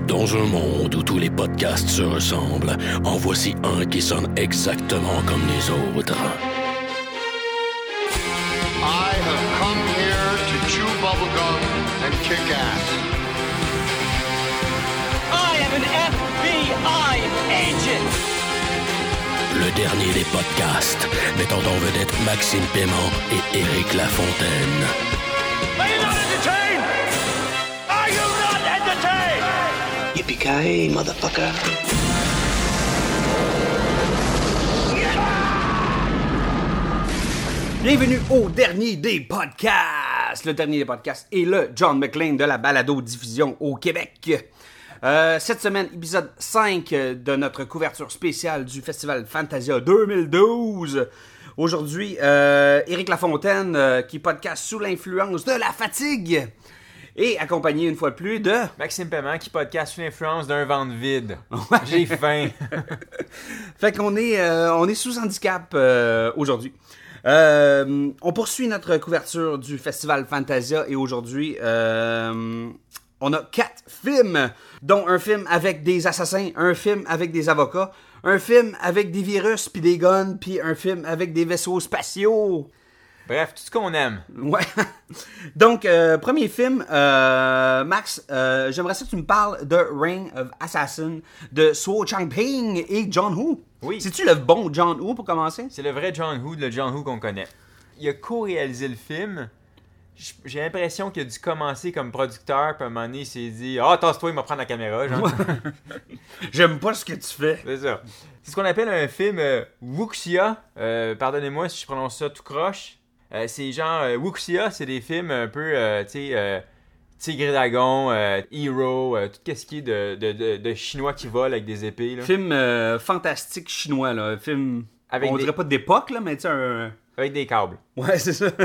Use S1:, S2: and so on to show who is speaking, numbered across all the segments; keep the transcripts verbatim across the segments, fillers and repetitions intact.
S1: Dans un monde où tous les podcasts se ressemblent, en voici un qui sonne exactement comme les autres.
S2: I have come here to chew bubblegum and kick ass.
S3: I am an F B I agent.
S1: Le dernier des podcasts, mettant en vedette Maxime Paiement et Éric Lafontaine.
S3: Are you not entertained? Are you not entertained?
S4: Yippee-ki-yay, motherfucker.
S5: Bienvenue au dernier des podcasts. Le dernier des podcasts est le John McClane de la balado-diffusion au Québec. Euh, cette semaine, épisode cinq de notre couverture spéciale du Festival Fantasia deux mille douze. Aujourd'hui, euh, Éric Lafontaine euh, qui podcast sous l'influence de la fatigue. Et accompagné une fois de plus de...
S6: Maxime Paiement qui podcast sous l'influence d'un ventre vide. J'ai faim.
S5: Fait qu'on est, euh, on est sous handicap euh, aujourd'hui. Euh, on poursuit notre couverture du Festival Fantasia et aujourd'hui, euh, on a quatre films, dont un film avec des assassins, un film avec des avocats, un film avec des virus puis des guns, puis un film avec des vaisseaux spatiaux.
S6: Bref, tout ce qu'on aime.
S5: Ouais. Donc, euh, premier film, euh, Max, euh, j'aimerais ça que tu me parles de Reign of Assassin de Suo Chang-ping et John Woo.
S6: Oui.
S5: C'est-tu le bon John Woo pour commencer?
S6: C'est le vrai John Woo, le John Woo qu'on connaît. Il a co-réalisé le film. J'ai l'impression qu'il a dû commencer comme producteur, puis à un moment donné, il s'est dit « Ah, tasse-toi, il va prendre la caméra. » genre.
S5: J'aime pas ce que tu fais.
S6: C'est ça. C'est ce qu'on appelle un film euh, Wuxia. Euh, pardonnez-moi si je prononce ça tout croche. Euh, c'est genre, euh, Wuxia, c'est des films un peu, euh, tu sais, euh, Tigre et Dragon, euh, Hero, euh, tout ce qui est de, de, de, de chinois qui volent avec des épées. Là.
S5: Film euh, fantastique chinois, là. Un film,
S6: Avec
S5: on
S6: des-
S5: dirait pas d'époque, là, mais tu sais, un...
S6: Avec des câbles.
S5: Ouais, c'est ça.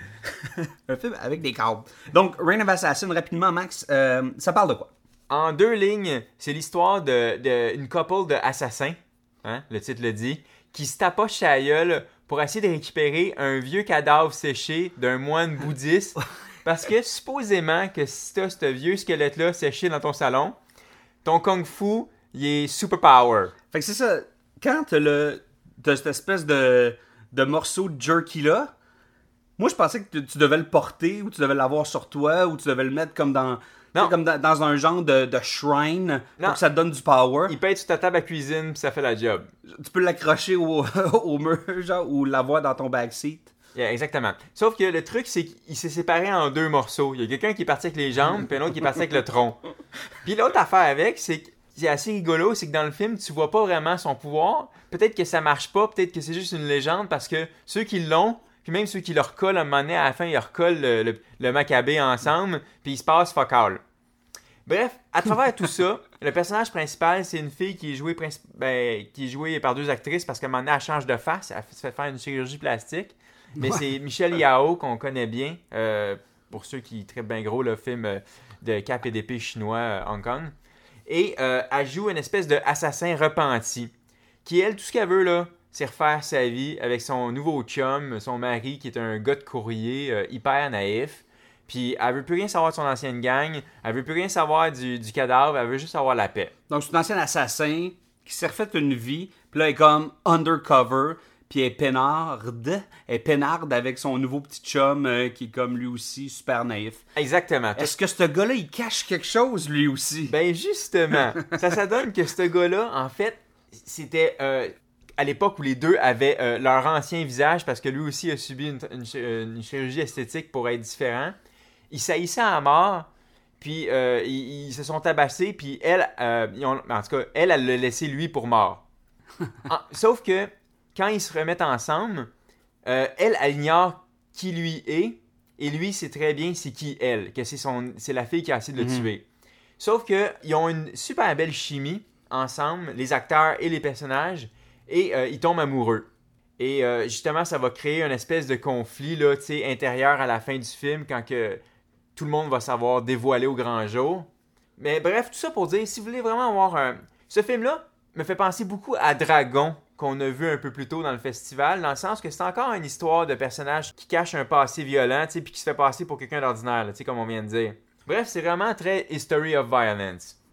S5: Un film avec des câbles. Donc, Reign of Assassin, rapidement, Max, euh, ça parle de quoi?
S6: En deux lignes, c'est l'histoire de, de une couple d'assassins, hein, le titre le dit, qui se tapochent sa gueule pour essayer de récupérer un vieux cadavre séché d'un moine bouddhiste. Parce que supposément que si t'as ce vieux squelette-là séché dans ton salon, ton kung-fu, il est super power.
S5: Fait que c'est ça. Quand t'as le... t'as cette espèce de, de morceau de jerky-là, moi, je pensais que tu, tu devais le porter, ou tu devais l'avoir sur toi, ou tu devais le mettre comme dans... tu sais, comme dans, dans un genre de, de shrine
S6: Non.
S5: pour que ça te donne du power.
S6: Il peut être sur ta table à cuisine, puis ça fait la job.
S5: Tu peux l'accrocher au, au mur, genre, ou l'avoir dans ton backseat.
S6: Yeah, exactement. Sauf que le truc, c'est qu'il s'est séparé en deux morceaux. Il y a quelqu'un qui est parti avec les jambes, puis un autre qui est parti avec le tronc. Puis l'autre affaire avec, c'est que c'est assez rigolo, c'est que dans le film, tu vois pas vraiment son pouvoir. Peut-être que ça marche pas, peut-être que c'est juste une légende, parce que ceux qui l'ont, puis même ceux qui le recollent, à un moment donné, à la fin, ils recollent le, le, le macabé ensemble, puis il se passe fuck all. Bref, à travers tout ça, le personnage principal, c'est une fille qui est jouée, princi- ben, qui est jouée par deux actrices, parce qu'à un moment donné, elle change de face, elle se fait faire une chirurgie plastique. Mais
S5: Ouais.
S6: c'est Michelle Yao qu'on connaît bien, euh, pour ceux qui trippent bien gros le film euh, de cap et d'épée chinois euh, Hong Kong. Et euh, elle joue une espèce d'assassin repenti, qui elle, tout ce qu'elle veut là, c'est refaire sa vie avec son nouveau chum, son mari qui est un gars de courrier euh, hyper naïf. Puis elle veut plus rien savoir de son ancienne gang, elle veut plus rien savoir du, du cadavre, elle veut juste avoir la paix.
S5: Donc, c'est un ancien assassin qui s'est refait une vie, puis là, elle est comme undercover, puis elle est peinarde, elle est peinarde avec son nouveau petit chum euh, qui est comme lui aussi super naïf.
S6: Exactement.
S5: Est-ce que ce gars-là, il cache quelque chose lui aussi?
S6: Ben justement, ça, ça donne que ce gars-là, en fait, c'était euh, à l'époque où les deux avaient euh, leur ancien visage, parce que lui aussi a subi une, une, chi- une chirurgie esthétique pour être différent. Ils saillissaient à mort, puis euh, ils, ils se sont tabassés, puis elle, euh, ils ont- en tout cas, elle, elle l'a laissé lui pour mort. En- sauf que quand ils se remettent ensemble, euh, elle, elle ignore qui lui est, et lui sait très bien c'est qui elle, que c'est son, c'est la fille qui a essayé de le
S5: Mhm.
S6: tuer. Sauf que ils ont une super belle chimie ensemble, les acteurs et les personnages, et euh, ils tombent amoureux. Et euh, justement, ça va créer une espèce de conflit là, tu sais, intérieur à la fin du film, quand que tout le monde va savoir dévoiler au grand jour. Mais bref, tout ça pour dire, si vous voulez vraiment voir un... Ce film-là me fait penser beaucoup à Dragon, qu'on a vu un peu plus tôt dans le festival, dans le sens que c'est encore une histoire de personnage qui cache un passé violent, tu sais, puis qui se fait passer pour quelqu'un d'ordinaire, là, tu sais, comme on vient de dire. Bref, c'est vraiment très History of Violence.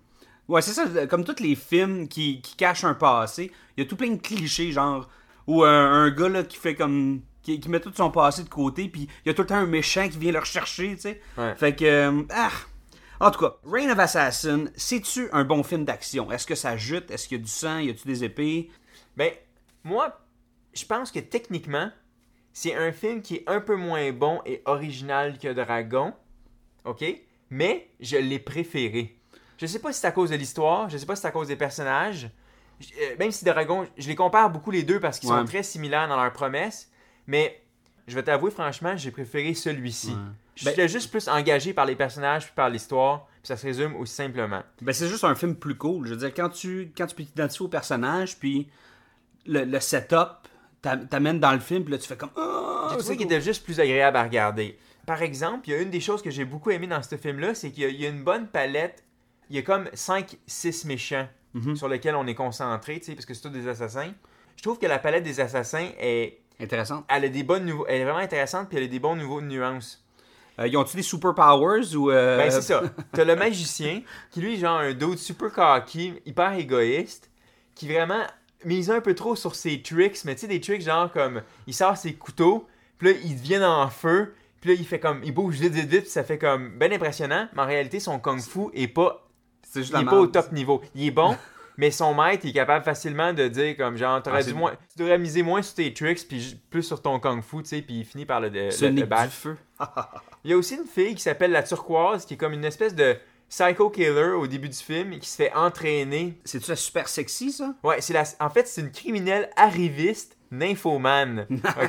S5: Ouais, c'est ça, comme tous les films qui, qui cachent un passé, il y a tout plein de clichés, genre, où un, un gars là, qui fait comme... Qui, qui met tout son passé de côté, puis il y a tout le temps un méchant qui vient le rechercher, tu sais.
S6: Ouais.
S5: Fait que... euh, ah! En tout cas, Reign of Assassin, c'est-tu un bon film d'action? Est-ce que ça jute? Est-ce qu'il y a du sang? Y a-tu des épées?
S6: Ben, moi, je pense que techniquement, c'est un film qui est un peu moins bon et original que Dragon, ok? Mais je l'ai préféré. Je sais pas si c'est à cause de l'histoire, je sais pas si c'est à cause des personnages. Je- euh, même si Dragon, je les compare beaucoup les deux parce qu'ils
S5: Ouais.
S6: sont très similaires dans leurs promesses, mais je vais t'avouer franchement, j'ai préféré celui-ci.
S5: Ouais.
S6: J'étais
S5: Ben-
S6: juste plus engagé par les personnages puis par l'histoire, puis ça se résume aussi simplement.
S5: Ben, c'est juste un film plus cool. Je veux dire, quand tu, quand tu peux t'identifier au personnage, puis le, le setup t'a- t'amène dans le film, puis là, tu fais comme... Ah,
S6: J'ai
S5: c'est
S6: trouvé qu'il
S5: cool.
S6: était juste plus agréable à regarder. Par exemple, il y a une des choses que j'ai beaucoup aimé dans ce film-là, c'est qu'il y a, il y a une bonne palette. Il y a comme cinq six méchants
S5: Mhm.
S6: sur lesquels on est concentré, tu sais, parce que c'est tous des assassins. Je trouve que la palette des assassins est,
S5: Intéressant.
S6: elle a des bonnes nouveaux, elle est vraiment intéressante, puis elle a des bons niveaux de nuances.
S5: Euh, ils ont-tu des superpowers ou... euh,
S6: Ben c'est ça. T'as le magicien qui lui genre un dude super cocky, hyper égoïste, qui vraiment mise un peu trop sur ses tricks, mais tu sais des tricks genre comme il sort ses couteaux, puis là ils deviennent en feu, puis là il fait comme il bouge vite vite vite, puis ça fait comme ben impressionnant, mais en réalité son kung-fu est pas
S5: C'est juste
S6: il
S5: la
S6: est pas au
S5: merde.
S6: top niveau. Il est bon, mais son maître il est capable facilement de dire comme genre t'aurais
S5: Ah,
S6: dû
S5: c'est-
S6: moins tu devrais miser moins sur tes tricks puis ju- plus sur ton kung-fu, tu sais, puis il finit par le, le,
S5: Ce
S6: le
S5: n'est que
S6: battre.
S5: du feu.
S6: Il y a aussi une fille qui s'appelle la Turquoise, qui est comme une espèce de psycho killer au début du film, et qui se fait entraîner.
S5: C'est-tu la super sexy, ça?
S6: Ouais, c'est la... en fait, c'est une criminelle arriviste nymphomane. OK?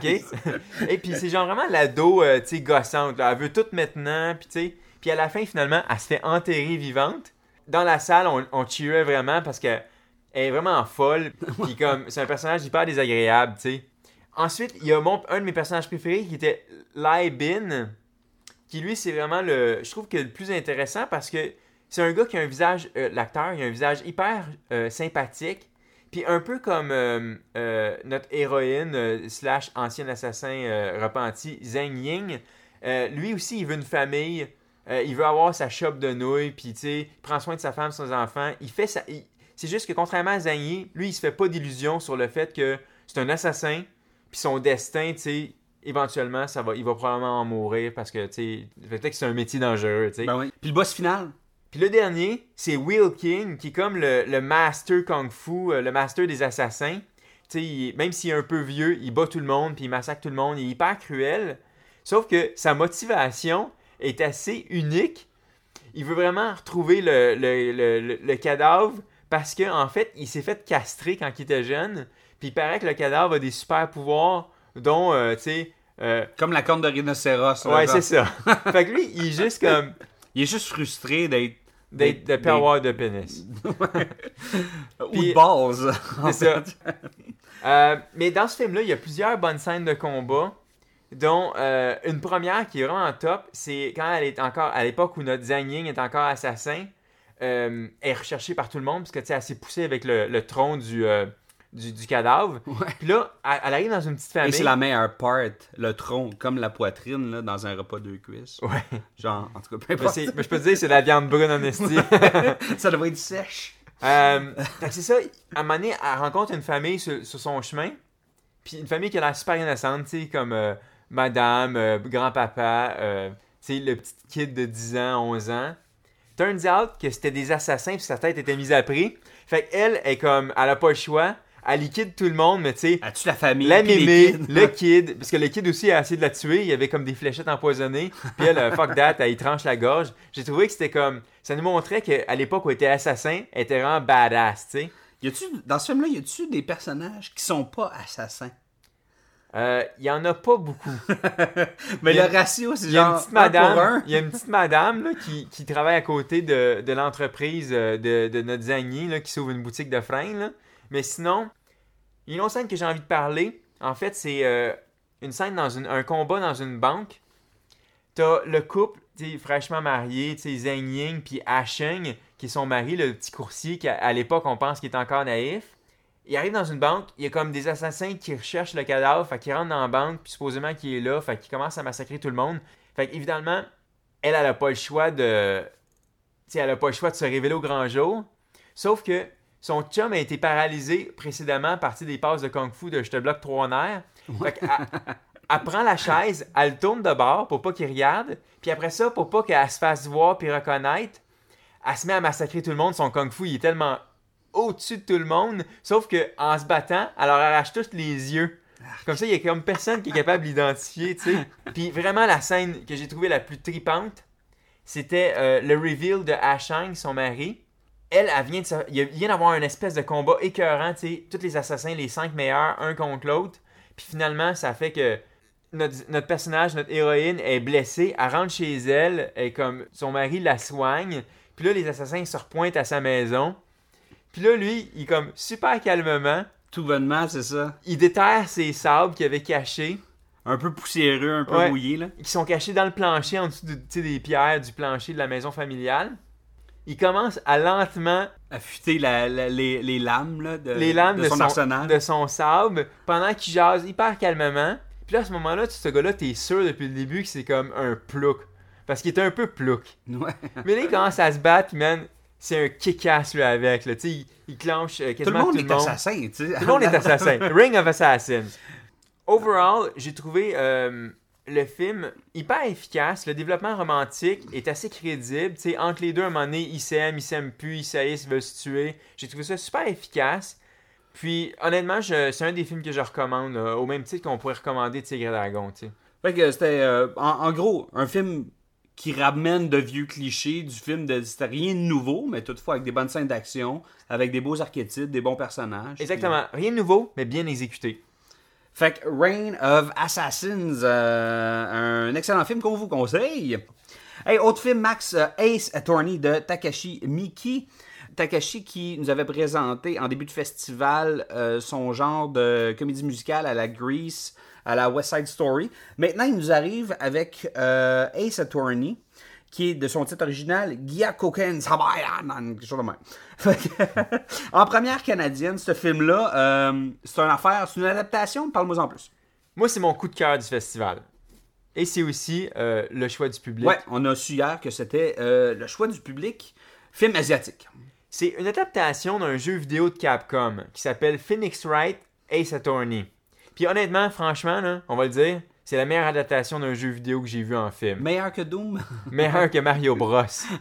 S6: Et puis, c'est genre vraiment l'ado, euh, tu sais, gossante. Là. Elle veut tout maintenant, puis tu sais. Puis à la fin, finalement, elle se fait enterrer vivante. Dans la salle, on, on cheerait vraiment parce qu'elle est vraiment folle. Puis comme, c'est un personnage hyper désagréable, tu sais. Ensuite, il y a mon, un de mes personnages préférés qui était Lai Bin, qui lui, c'est vraiment le, je trouve que le plus intéressant parce que c'est un gars qui a un visage, euh, l'acteur, il a un visage hyper euh, sympathique, puis un peu comme euh, euh, notre héroïne euh, slash ancien assassin euh, repenti, Zhang Ying. Euh, lui aussi, il veut une famille, euh, il veut avoir sa shop de nouilles, puis tu sais, il prend soin de sa femme, de ses enfants. Il fait ça. il- C'est juste que contrairement à Zhang Ying, lui, il se fait pas d'illusions sur le fait que c'est un assassin, puis son destin, tu sais, éventuellement, ça va, il va probablement en mourir parce que, tu sais, peut-être que c'est un métier dangereux, tu sais.
S5: Ben oui. Puis le boss final?
S6: Puis le dernier, c'est Will King, qui est comme le, le master kung fu, euh, le master des assassins. Tu sais, il- même s'il est un peu vieux, il bat tout le monde, puis il massacre tout le monde, il est hyper cruel. Sauf que sa motivation est assez unique. Il veut vraiment retrouver le, le, le, le- le cadavre parce qu'en en fait, il s'est fait castrer quand il était jeune. Puis il paraît que le cadavre a des super pouvoirs, dont, euh, tu sais... euh,
S5: Comme la corne de rhinocéros. là,
S6: ouais,
S5: genre.
S6: c'est ça. Fait que lui, il est juste comme...
S5: Il est juste frustré d'être...
S6: D'être, de pas avoir de pénis.
S5: Ou
S6: Puis-
S5: de base. en
S6: C'est ça.
S5: fait.
S6: Euh, mais dans ce film-là, il y a plusieurs bonnes scènes de combat, dont euh, une première qui est vraiment top, c'est quand elle est encore, à l'époque où notre Zhang Ying est encore assassin, euh, elle est recherchée par tout le monde, parce que tu sais, elle s'est poussée avec le, le tronc du, euh, du, du cadavre.
S5: Ouais.
S6: Puis là, elle, elle arrive dans une petite famille.
S5: Et c'est la meilleure part, le tronc, comme la poitrine, là, dans un repas deux cuisses.
S6: Ouais.
S5: Genre, en tout cas, peu
S6: Mais,
S5: importe.
S6: c'est- mais je peux te dire, c'est de la viande brune en esti.
S5: Ça devrait être sèche.
S6: Euh, fait que c'est ça, à un moment donné, elle rencontre une famille sur, sur son chemin, puis une famille qui a l'air super innocente, tu sais, comme euh, madame, euh, grand-papa, euh, tu sais, le petit kid de dix ans, onze ans. Turns out que c'était des assassins, puis sa tête était mise à prix. Fait qu'elle est comme, elle a pas le choix, elle liquide tout le monde, mais tu sais,
S5: As-tu la famille?
S6: la
S5: puis les
S6: mémé,
S5: kids?
S6: le kid, parce que le kid aussi a essayé de la tuer, il y avait comme des fléchettes empoisonnées, puis elle, euh, fuck that, elle y tranche la gorge. J'ai trouvé que c'était comme, ça nous montrait qu'à l'époque où elle était assassin, elle était vraiment badass, tu sais.
S5: Y a-tu, dans ce film-là, y a-tu des personnages qui sont pas assassins?
S6: Euh, Il y en a pas beaucoup.
S5: Mais
S6: Il y a-
S5: le ratio, c'est
S6: Il y a
S5: genre
S6: une petite
S5: un pour
S6: madame,
S5: un.
S6: il y a une petite madame là, qui, qui travaille à côté de, de l'entreprise euh, de, de notre Zhang Yi, là, qui s'ouvre une boutique de fringues. Là. Mais sinon, il y a une autre scène que j'ai envie de parler. En fait, c'est euh, une scène dans une, un combat dans une banque. T'as le couple, tu sais, fraîchement marié, tu sais, Zhang Ying puis Ah Sheng, qui est son mari, le petit coursier, qui à, à l'époque on pense qu'il est encore naïf. Il arrive dans une banque, il y a comme des assassins qui recherchent le cadavre, fait qu'ils rentrent dans la banque, puis supposément qu'il est là, fait qu'il commence à massacrer tout le monde. Fait qu'évidemment, elle, elle a pas le choix de... Tu sais, elle a pas le choix de se révéler au grand jour. Sauf que son chum a été paralysé précédemment à partir des passes de kung-fu de « je te bloque trois nerfs ». Fait qu'elle elle prend la chaise, elle le tourne de bord pour pas qu'il regarde, puis après ça, pour pas qu'elle se fasse voir puis reconnaître, elle se met à massacrer tout le monde. Son kung-fu, il est tellement au-dessus de tout le monde, sauf qu'en se battant, elle leur arrache tous les yeux. Comme ça, il y a comme personne qui est capable de l'identifier, tu sais. Puis vraiment, la scène que j'ai trouvée la plus tripante, c'était euh, le reveal de Ashang, son mari. Elle, elle vient de se... il vient d'avoir une espèce de combat écœurant, tu sais. Tous les assassins, les cinq meilleurs, un contre l'autre. Puis finalement, ça fait que notre, notre personnage, notre héroïne, est blessée. Elle rentre chez elle, et comme son mari la soigne. Puis là, les assassins ils se repointent à sa maison. Puis là, lui, il est comme super calmement.
S5: Tout bonnement, c'est ça.
S6: Il déterre ses sabres qu'il avait cachés.
S5: Un peu poussiéreux, un peu
S6: Ouais,
S5: mouillés, là.
S6: Qui sont cachés dans le plancher, en dessous de, des pierres du plancher de la maison familiale. Il commence à lentement
S5: affûter la, la, les, les lames, là, de,
S6: les lames
S5: de,
S6: de
S5: son,
S6: son
S5: arsenal.
S6: de son sabre pendant qu'il jase hyper calmement. Puis là, à ce moment-là, ce gars-là, t'es sûr depuis le début que c'est comme un plouc. Parce qu'il est un peu plouc.
S5: Ouais.
S6: Mais là, il commence à se battre, puis man, c'est un kick-ass lui avec. Là. Il, il clenche euh, quasiment
S5: tout le monde
S6: tout
S5: est
S6: le monde.
S5: assassin, tu sais.
S6: Tout le monde est assassin. Ring of Assassins. Overall, j'ai trouvé euh, le film hyper efficace. Le développement romantique est assez crédible. T'sais, entre les deux, à un moment donné, ils s'aiment, ils s'aiment plus, ils s'haïssent, ils veulent se tuer. J'ai trouvé ça super efficace. Puis, honnêtement, je, c'est un des films que je recommande, euh, au même titre qu'on pourrait recommander Tigre et Dragon. T'sais.
S5: Fait que c'était, euh, en, en gros, un film qui ramène de vieux clichés du film. De, c'était rien de nouveau, mais toutefois avec des bonnes scènes d'action, avec des beaux archétypes, des bons personnages.
S6: Exactement. Puis... rien de nouveau, mais bien exécuté.
S5: Fait que Reign of Assassins, euh, un excellent film qu'on vous conseille. Hey, autre film, Max, euh, Ace Attorney de Takashi Miike. Takashi qui nous avait présenté en début de festival euh, son genre de comédie musicale à la Grease, à la West Side Story. Maintenant, il nous arrive avec euh, Ace Attorney, qui est de son titre original Gyakoken Sabayan, quelque chose de même. En première canadienne, ce film-là, euh, c'est une affaire, c'est une adaptation, parle-moi en plus.
S6: Moi, c'est mon coup de cœur du festival. Et c'est aussi euh, le choix du public.
S5: Ouais, on a su hier que c'était euh, le choix du public, film asiatique.
S6: C'est une adaptation d'un jeu vidéo de Capcom qui s'appelle Phoenix Wright Ace Attorney. Puis honnêtement, franchement, là, on va le dire, c'est la meilleure adaptation d'un jeu vidéo que j'ai vu en film.
S5: Meilleur que Doom?
S6: Meilleur que Mario Bros.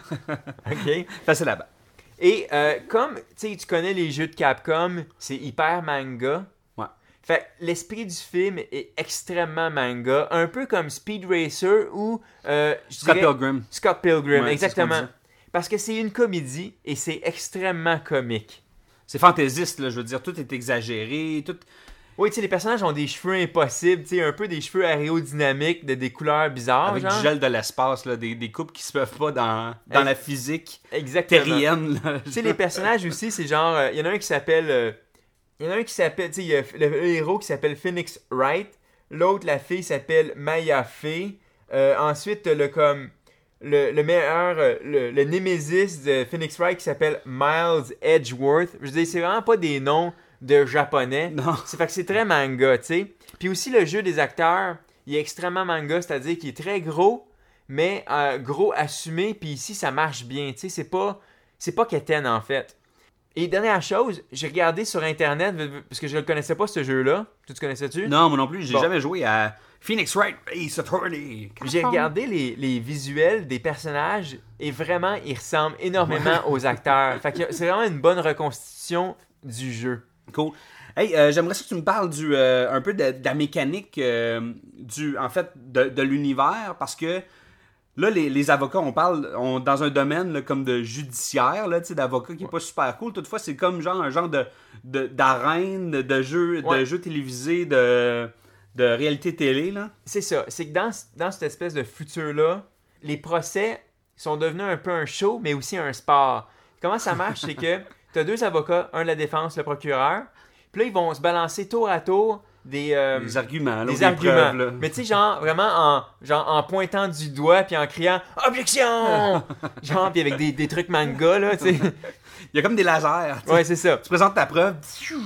S6: OK?
S5: Facile là-bas.
S6: Et euh, comme tu connais les jeux de Capcom, c'est hyper manga.
S5: Ouais.
S6: Fait que l'esprit du film est extrêmement manga, un peu comme Speed Racer ou euh,
S5: Scott
S6: dirais,
S5: Pilgrim.
S6: Scott Pilgrim,
S5: Ouais,
S6: exactement. Parce que c'est une comédie et c'est extrêmement comique.
S5: C'est fantaisiste, là, je veux dire, tout est exagéré, tout...
S6: Oui, tu sais, les personnages ont des cheveux impossibles, tu sais, un peu des cheveux aérodynamiques, de des couleurs bizarres,
S5: Avec
S6: genre.
S5: du gel de l'espace, là, des, des coupes qui se peuvent pas dans, dans
S6: Ex-
S5: la physique
S6: Exactement.
S5: terrienne.
S6: Tu sais, les personnages aussi, c'est genre, il euh, y en a un qui s'appelle, il euh, y en a un qui s'appelle, tu sais, il y a le, le héros qui s'appelle Phoenix Wright, l'autre, la fille s'appelle Maya Fey, euh, ensuite, le comme, le, le meilleur, euh, le, le némésis de Phoenix Wright qui s'appelle Miles Edgeworth. Je veux dire, c'est vraiment pas des noms de japonais.
S5: Non.
S6: C'est fait que c'est très manga, tu sais. Puis aussi, le jeu des acteurs, il est extrêmement manga, c'est-à-dire qu'il est très gros, mais euh, gros assumé, puis ici, ça marche bien, tu sais. C'est pas, c'est pas quétaine, en fait. Et dernière chose, j'ai regardé sur Internet, parce que je ne connaissais pas, ce jeu-là. Tu te connaissais-tu?
S5: Non, moi non plus, j'ai
S6: Bon.
S5: jamais joué à Phoenix Wright Ace Attorney.
S6: J'ai regardé les, les visuels des personnages, et vraiment, ils ressemblent énormément aux acteurs. Fait que c'est vraiment une bonne reconstitution du jeu.
S5: Cool. Hey, euh, j'aimerais ça que tu me parles du, euh, un peu de, de la mécanique euh, du, en fait, de, de l'univers, parce que là, les, les avocats, on parle on, dans un domaine là, comme de judiciaire, là, d'avocat qui est pas super cool. Toutefois, c'est comme genre un genre de, de, d'arène, de, de jeu,
S6: Ouais.
S5: de jeu télévisé, de, de réalité télé, là.
S6: C'est ça. C'est que dans, dans cette espèce de futur-là, les procès sont devenus un peu un show, mais aussi un sport. Comment ça marche? C'est que tu as deux avocats, un de la défense, le procureur. Puis là, ils vont se balancer tour à tour des, euh,
S5: Des arguments, là,
S6: des
S5: ou des
S6: arguments.
S5: preuves, là.
S6: Mais tu sais, genre, vraiment en, genre, en pointant du doigt puis en criant « Objection! » Genre, puis avec des, des trucs manga, là, tu sais.
S5: Il y a comme des lasers. tu sais.
S6: Ouais, c'est ça.
S5: Tu présentes ta preuve.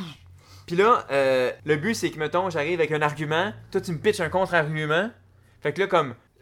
S6: Puis là, euh, le but, c'est que, mettons, j'arrive avec un argument, toi, tu me pitches un contre-argument. Fait que là, comme,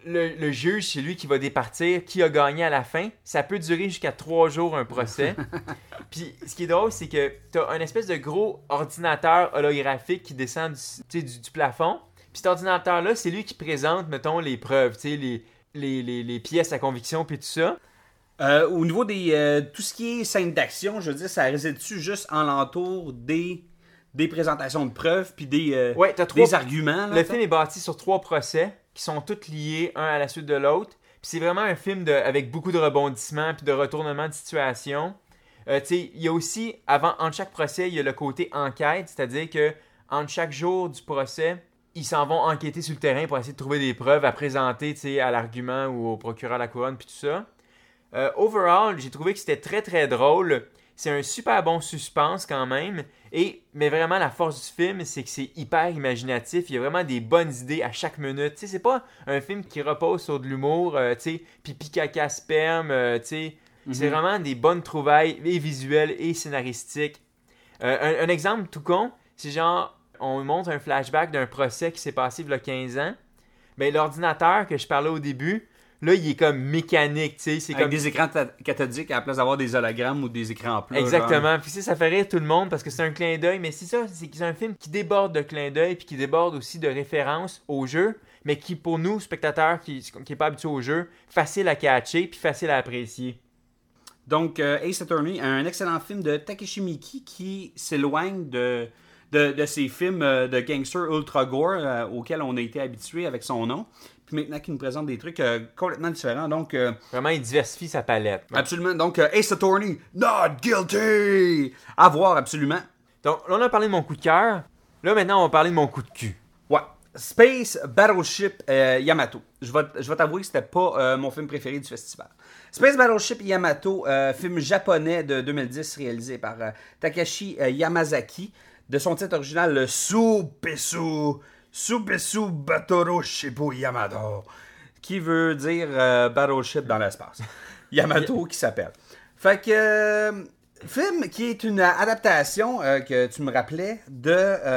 S6: le, le juge, c'est lui qui va départir qui a gagné à la fin. Ça peut durer jusqu'à trois jours un procès. Puis ce qui est drôle, c'est que t'as un espèce de gros ordinateur holographique qui descend du, du, du plafond. Puis cet ordinateur-là, c'est lui qui présente, mettons, les preuves, les, les, les, les pièces à conviction, puis tout ça.
S5: Euh, au niveau des euh, tout ce qui est scène d'action, je veux dire, ça réside-tu juste en l'entour des, des présentations de preuves puis des, euh,
S6: ouais, t'as trois,
S5: des arguments? Là,
S6: le film est bâti sur trois procès qui sont tous liés un à la suite de l'autre. Puis c'est vraiment un film de, avec beaucoup de rebondissements puis de retournements de situation. Euh, tu sais, il y a aussi, avant, entre chaque procès, il y a le côté enquête, c'est-à-dire que entre chaque jour du procès, ils s'en vont enquêter sur le terrain pour essayer de trouver des preuves à présenter, tu sais, à l'argument ou au procureur de la couronne puis tout ça. Euh, overall, j'ai trouvé que c'était très très drôle. C'est un super bon suspense quand même. Et, mais vraiment, la force du film, c'est que c'est hyper imaginatif. Il y a vraiment des bonnes idées à chaque minute. Tu sais, c'est pas un film qui repose sur de l'humour, euh, tu sais, pipi caca sperme, euh, tu sais. Mm-hmm. C'est vraiment des bonnes trouvailles, et visuelles et scénaristiques. Euh, un, un exemple tout con, c'est genre, on montre un flashback d'un procès qui s'est passé il y a quinze ans. Ben, l'ordinateur que je parlais au début, là, il est comme mécanique, tu sais. C'est
S5: Avec
S6: comme
S5: des écrans t- cathodiques à la place d'avoir des hologrammes ou des écrans plats.
S6: Exactement.
S5: Genre.
S6: Puis ça, ça fait rire tout le monde parce que c'est un clin d'œil. Mais c'est ça, c'est, c'est un film qui déborde de clin d'œil puis qui déborde aussi de références au jeu, mais qui, pour nous, spectateurs qui n'est pas habitués au jeu, facile à catcher puis facile à apprécier.
S5: Donc, euh, Ace Attorney, un excellent film de Takeshi Miike qui s'éloigne de, de, de ces films de gangsters ultra gore euh, auxquels on a été habitué avec son nom. Puis maintenant qu'il nous présente des trucs euh, complètement différents. Donc, euh,
S6: vraiment, il diversifie sa palette. Ouais.
S5: Absolument. Donc, euh, Ace Attorney, not guilty! À voir, absolument.
S6: Donc, là, on a parlé de mon coup de cœur. Là, maintenant, on va parler de mon coup de cul.
S5: Ouais. Space Battleship euh, Yamato. Je vais, je vais t'avouer que c'était pas euh, mon film préféré du festival. Space Battleship Yamato, euh, film japonais de deux mille dix réalisé par euh, Takashi euh, Yamazaki. De son titre original, le Supesu... Supesu Battleship Yamato, qui veut dire euh, Battleship dans l'espace. Yamato qui s'appelle. Fait que euh, film qui est une adaptation euh, que tu me rappelais de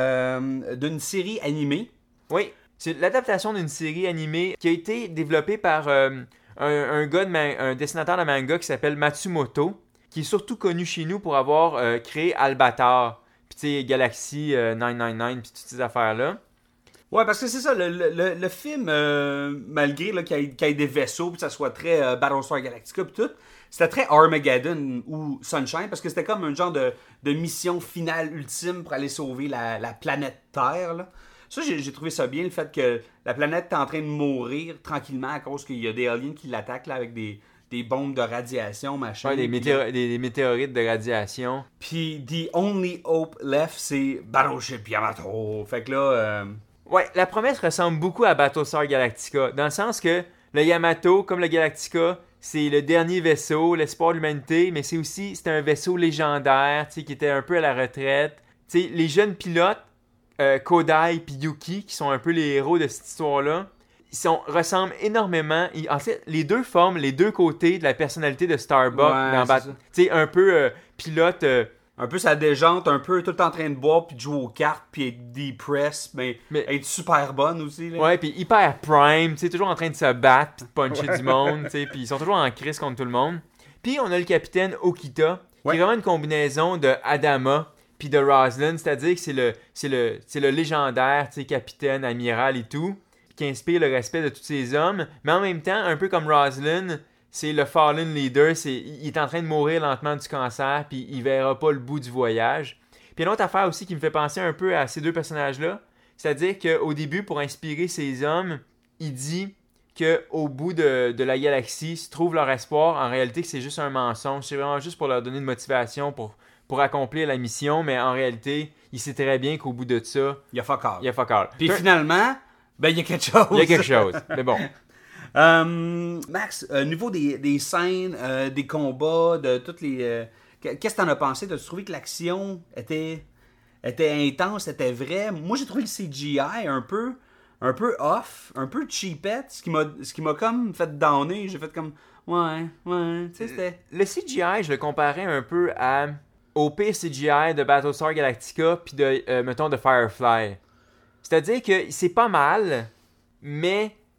S5: euh, d'une série animée.
S6: Oui, c'est l'adaptation d'une série animée qui a été développée par euh, un, un gars, de man- un dessinateur de manga qui s'appelle Matsumoto, qui est surtout connu chez nous pour avoir euh, créé Albator, puis tu sais Galaxy euh, neuf cent quatre-vingt-dix-neuf, puis toutes ces affaires-là.
S5: Ouais, parce que c'est ça, le, le, le film, euh, malgré là, qu'il, y ait, qu'il y ait des vaisseaux, puis que ça soit très euh, Battlestar Galactica, puis tout, c'était très Armageddon ou Sunshine, parce que c'était comme un genre de, de mission finale ultime pour aller sauver la, la planète Terre. Là. Ça, j'ai, j'ai trouvé ça bien, le fait que la planète est en train de mourir tranquillement à cause qu'il y a des aliens qui l'attaquent là, avec des, des bombes de radiation, machin.
S6: Ouais, des, météor- des, des météorites de radiation.
S5: Puis, the only hope left, c'est Battleship Yamato. Fait que là... Euh...
S6: Ouais, la promesse ressemble beaucoup à Battlestar Galactica, dans le sens que le Yamato, comme le Galactica, c'est le dernier vaisseau, l'espoir de l'humanité, mais c'est aussi c'est un vaisseau légendaire, tu sais, qui était un peu à la retraite. Tu sais, les jeunes pilotes, euh, Kodai et Yuki, qui sont un peu les héros de cette histoire-là, ils sont, ressemblent énormément. Ils, en fait, les deux forment les deux côtés de la personnalité de Starbuck.
S5: Ouais,
S6: dans Bat- tu sais, un peu euh, pilote... Euh,
S5: Un peu ça déjante, un peu tout le temps en train de boire, puis de jouer aux cartes, puis être depressed, mais,
S6: mais
S5: être super bonne aussi. Là.
S6: Ouais, puis hyper prime, tu sais, toujours en train de se battre, puis de puncher ouais. du monde, tu sais, puis ils sont toujours en crise contre tout le monde. Puis on a le capitaine Okita, ouais. qui est vraiment une combinaison de Adama puis de Roslin, c'est-à-dire que c'est le, c'est le, c'est le légendaire, tu sais, capitaine, amiral et tout, qui inspire le respect de tous ces hommes, mais en même temps, un peu comme Roslin, c'est le fallen leader, c'est, il est en train de mourir lentement du cancer, puis il verra pas le bout du voyage. Puis une autre affaire aussi qui me fait penser un peu à ces deux personnages-là, c'est-à-dire qu'au début, pour inspirer ces hommes, il dit qu'au bout de, de la galaxie se trouve leur espoir. En réalité, que c'est juste un mensonge. C'est vraiment juste pour leur donner une motivation pour, pour accomplir la mission, mais en réalité, il sait très bien qu'au bout de ça...
S5: Il y a fuck all.
S6: Il y a fuck all.
S5: Puis Peu... finalement, ben il y a quelque chose.
S6: Il y a quelque chose, mais bon...
S5: Euh, Max, au euh, niveau des, des scènes, euh, des combats, de toutes les... Euh, qu'est-ce que t'en as pensé? T'as trouvé que l'action était, était intense, était vraie? Moi, j'ai trouvé le C G I un peu, un peu off, un peu cheapette, ce qui m'a, ce qui m'a comme fait downer. J'ai fait comme, ouais, ouais, tu sais, c'était...
S6: Le C G I, je le comparais un peu à, au pire C G I de Battlestar Galactica puis de, euh, mettons, de Firefly. C'est-à-dire que c'est pas mal, mais...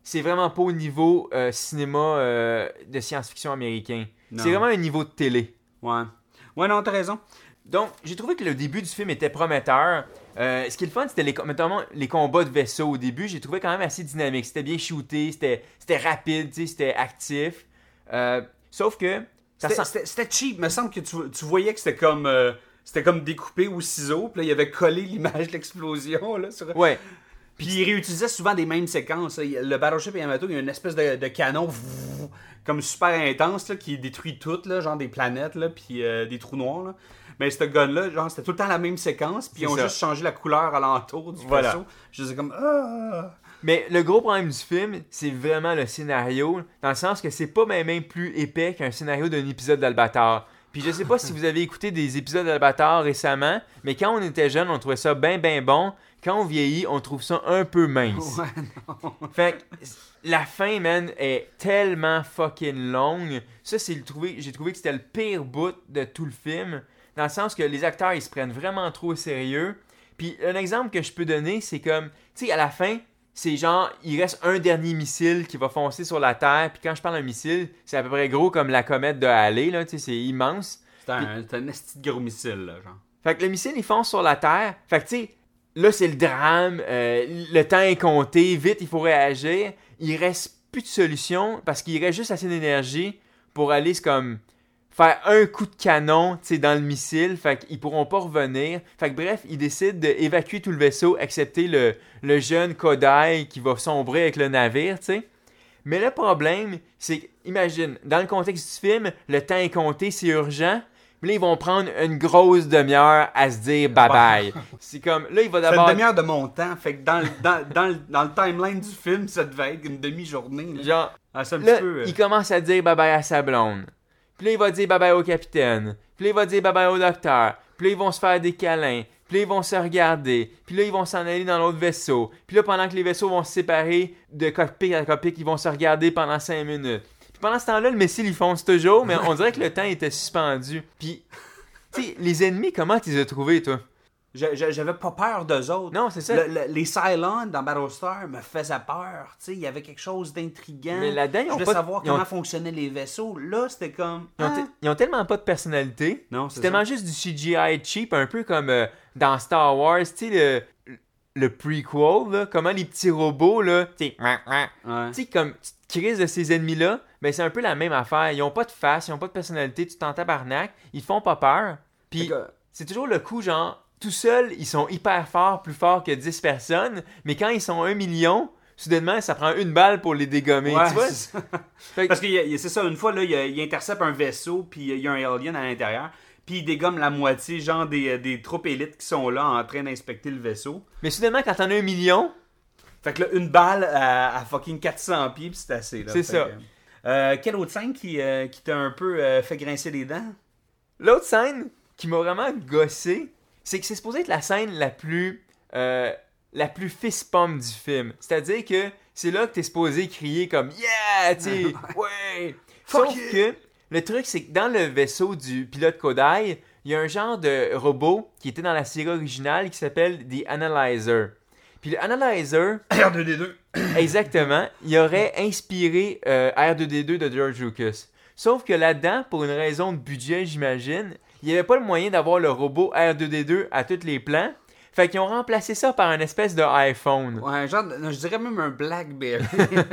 S6: c'est vraiment pas au niveau euh, cinéma euh, de science-fiction américain.
S5: Non.
S6: C'est vraiment un niveau de télé.
S5: Ouais. Ouais, non, t'as raison.
S6: Donc, j'ai trouvé que le début du film était prometteur. Euh, ce qui est le fun, c'était les, notamment les combats de vaisseaux au début. J'ai trouvé quand même assez dynamique. C'était bien shooté, c'était, c'était rapide, c'était actif. Euh, sauf que... Ça
S5: C'était,
S6: sent...
S5: c'était, c'était cheap. Il me semble que tu, tu voyais que c'était comme... Euh, c'était comme découpé au ciseau. Puis là, il avait collé l'image de l'explosion. Là, sur...
S6: Ouais.
S5: Puis il réutilisait souvent des mêmes séquences. Là. Le Battleship Yamato, il y a une espèce de, de canon vouh, comme super intense là, qui détruit tout, là, genre des planètes, là, puis euh, des trous noirs. Là. Mais ce gun-là, genre, c'était tout le temps la même séquence, puis ils ont
S6: ça.
S5: juste changé la couleur alentour du
S6: Voilà.
S5: vaisseau. Je disais comme... Ah!
S6: Mais le gros problème du film, c'est vraiment le scénario, dans le sens que c'est pas même, même plus épais qu'un scénario d'un épisode d'Albator. Puis je sais pas si vous avez écouté des épisodes d'Albator récemment, mais quand on était jeune, on trouvait ça bien bien bon. Quand on vieillit, on trouve ça un peu mince.
S5: Ouais, non.
S6: Fait que la fin, man, est tellement fucking longue. Ça, c'est le trouvé, j'ai trouvé que c'était le pire bout de tout le film. Dans le sens que les acteurs, ils se prennent vraiment trop au sérieux. Puis un exemple que je peux donner, c'est comme, tu sais, à la fin, c'est genre, il reste un dernier missile qui va foncer sur la Terre. Puis quand je parle d'un missile, c'est à peu près gros comme la comète de Halley, là, tu sais, c'est immense.
S5: C'est un, c'est un esti de gros missile, là, genre.
S6: Fait que le missile, il fonce sur la Terre. Fait que, tu sais, là, c'est le drame. Euh, le temps est compté. Vite, il faut réagir. Il reste plus de solution parce qu'il reste juste assez d'énergie pour aller, c'est comme, faire un coup de canon, tu sais, dans le missile. Fait qu'ils pourront pas revenir. Fait que, bref, ils décident d'évacuer tout le vaisseau, excepté le, le jeune Kodai qui va sombrer avec le navire, tu sais. Mais le problème, c'est que, imagine, dans le contexte du film, le temps est compté, c'est urgent. Mais là, ils vont prendre une grosse demi-heure à se dire bye-bye. C'est comme, là, il va
S5: C'est
S6: d'abord...
S5: une demi-heure de mon temps. Fait que dans, le- dans, dans, le- dans le timeline du film, ça devait être une demi-journée. Là.
S6: Genre,
S5: Ah, c'est un
S6: là,
S5: petit peu... euh,
S6: il commence à dire bye-bye à sa blonde. Puis là, il va dire bye-bye au capitaine. Puis là, il va dire bye-bye au docteur. Puis là, ils vont se faire des câlins. Puis là, ils vont se regarder. Puis là, ils vont s'en aller dans l'autre vaisseau. Puis là, pendant que les vaisseaux vont se séparer de cockpit à cockpit, ils vont se regarder pendant cinq minutes. Puis pendant ce temps-là, le missile, il fonce toujours, mais on dirait que le temps était suspendu. Puis, tu sais, les ennemis, comment tu les as trouvés, toi?
S5: j'a- j'a- J'avais pas peur d'eux autres.
S6: Non, c'est ça.
S5: Le- le- les Cylons dans Battlestar me faisaient peur. Tu sais, il y avait quelque chose d'intriguant.
S6: Mais là-dedans, ils
S5: Je
S6: ont
S5: voulais
S6: pas...
S5: savoir
S6: ils ont-
S5: comment fonctionnaient les vaisseaux. Là, c'était comme...
S6: Ils ont,
S5: ah.
S6: te- ils ont tellement pas de personnalité.
S5: Non,
S6: C'est
S5: c'est
S6: tellement
S5: ça.
S6: juste du C G I cheap, un peu comme euh, dans Star Wars, tu sais, le, le prequel, là, comment les petits robots, là, tu sais,
S5: Ouais.
S6: tu sais, comme tu te crises de ces ennemis-là, ben c'est un peu la même affaire. Ils ont pas de face, ils ont pas de personnalité, tu t'en tabarnak, ils font pas peur. Puis
S5: Fait que-
S6: c'est toujours le coup, genre, tout seuls, ils sont hyper forts, plus forts que dix personnes, mais quand ils sont un million, soudainement, ça prend une balle pour les dégommer,
S5: Ouais,
S6: tu vois?
S5: c'est ça.
S6: Fait que-
S5: Parce que y a- y a- c'est ça, une fois, là, il, y a- il intercepte un vaisseau, puis il y a un alien à l'intérieur, puis il dégomme la moitié, genre, des, des troupes élites qui sont là en train d'inspecter le vaisseau.
S6: mais soudainement, quand t'en as un million,
S5: Fait que là, une balle à, à fucking quatre cents pieds, puis c'est assez, là.
S6: C'est
S5: Fait
S6: ça.
S5: que, euh, quelle autre scène qui, euh, qui t'a un peu euh, fait grincer les dents?
S6: l'autre scène qui m'a vraiment gossé, c'est que c'est supposé être la scène la plus euh, la plus fist pump du film. C'est-à-dire que c'est là que t'es supposé crier comme yeah, tu sais, ouais.
S5: Fuck
S6: Sauf
S5: yeah.
S6: que le truc c'est que dans le vaisseau du pilote Kodai, il y a un genre de robot qui était dans la série originale qui s'appelle The Analyzer. Puis le Analyzer,
S5: R deux D deux.
S6: exactement, il aurait inspiré euh, R deux D deux de George Lucas. Sauf que là-dedans, pour une raison de budget, j'imagine, il n'y avait pas le moyen d'avoir le robot R deux D deux à tous les plans. Fait qu'ils ont remplacé ça par une espèce de iPhone.
S5: Ouais, genre, je dirais même un Blackberry.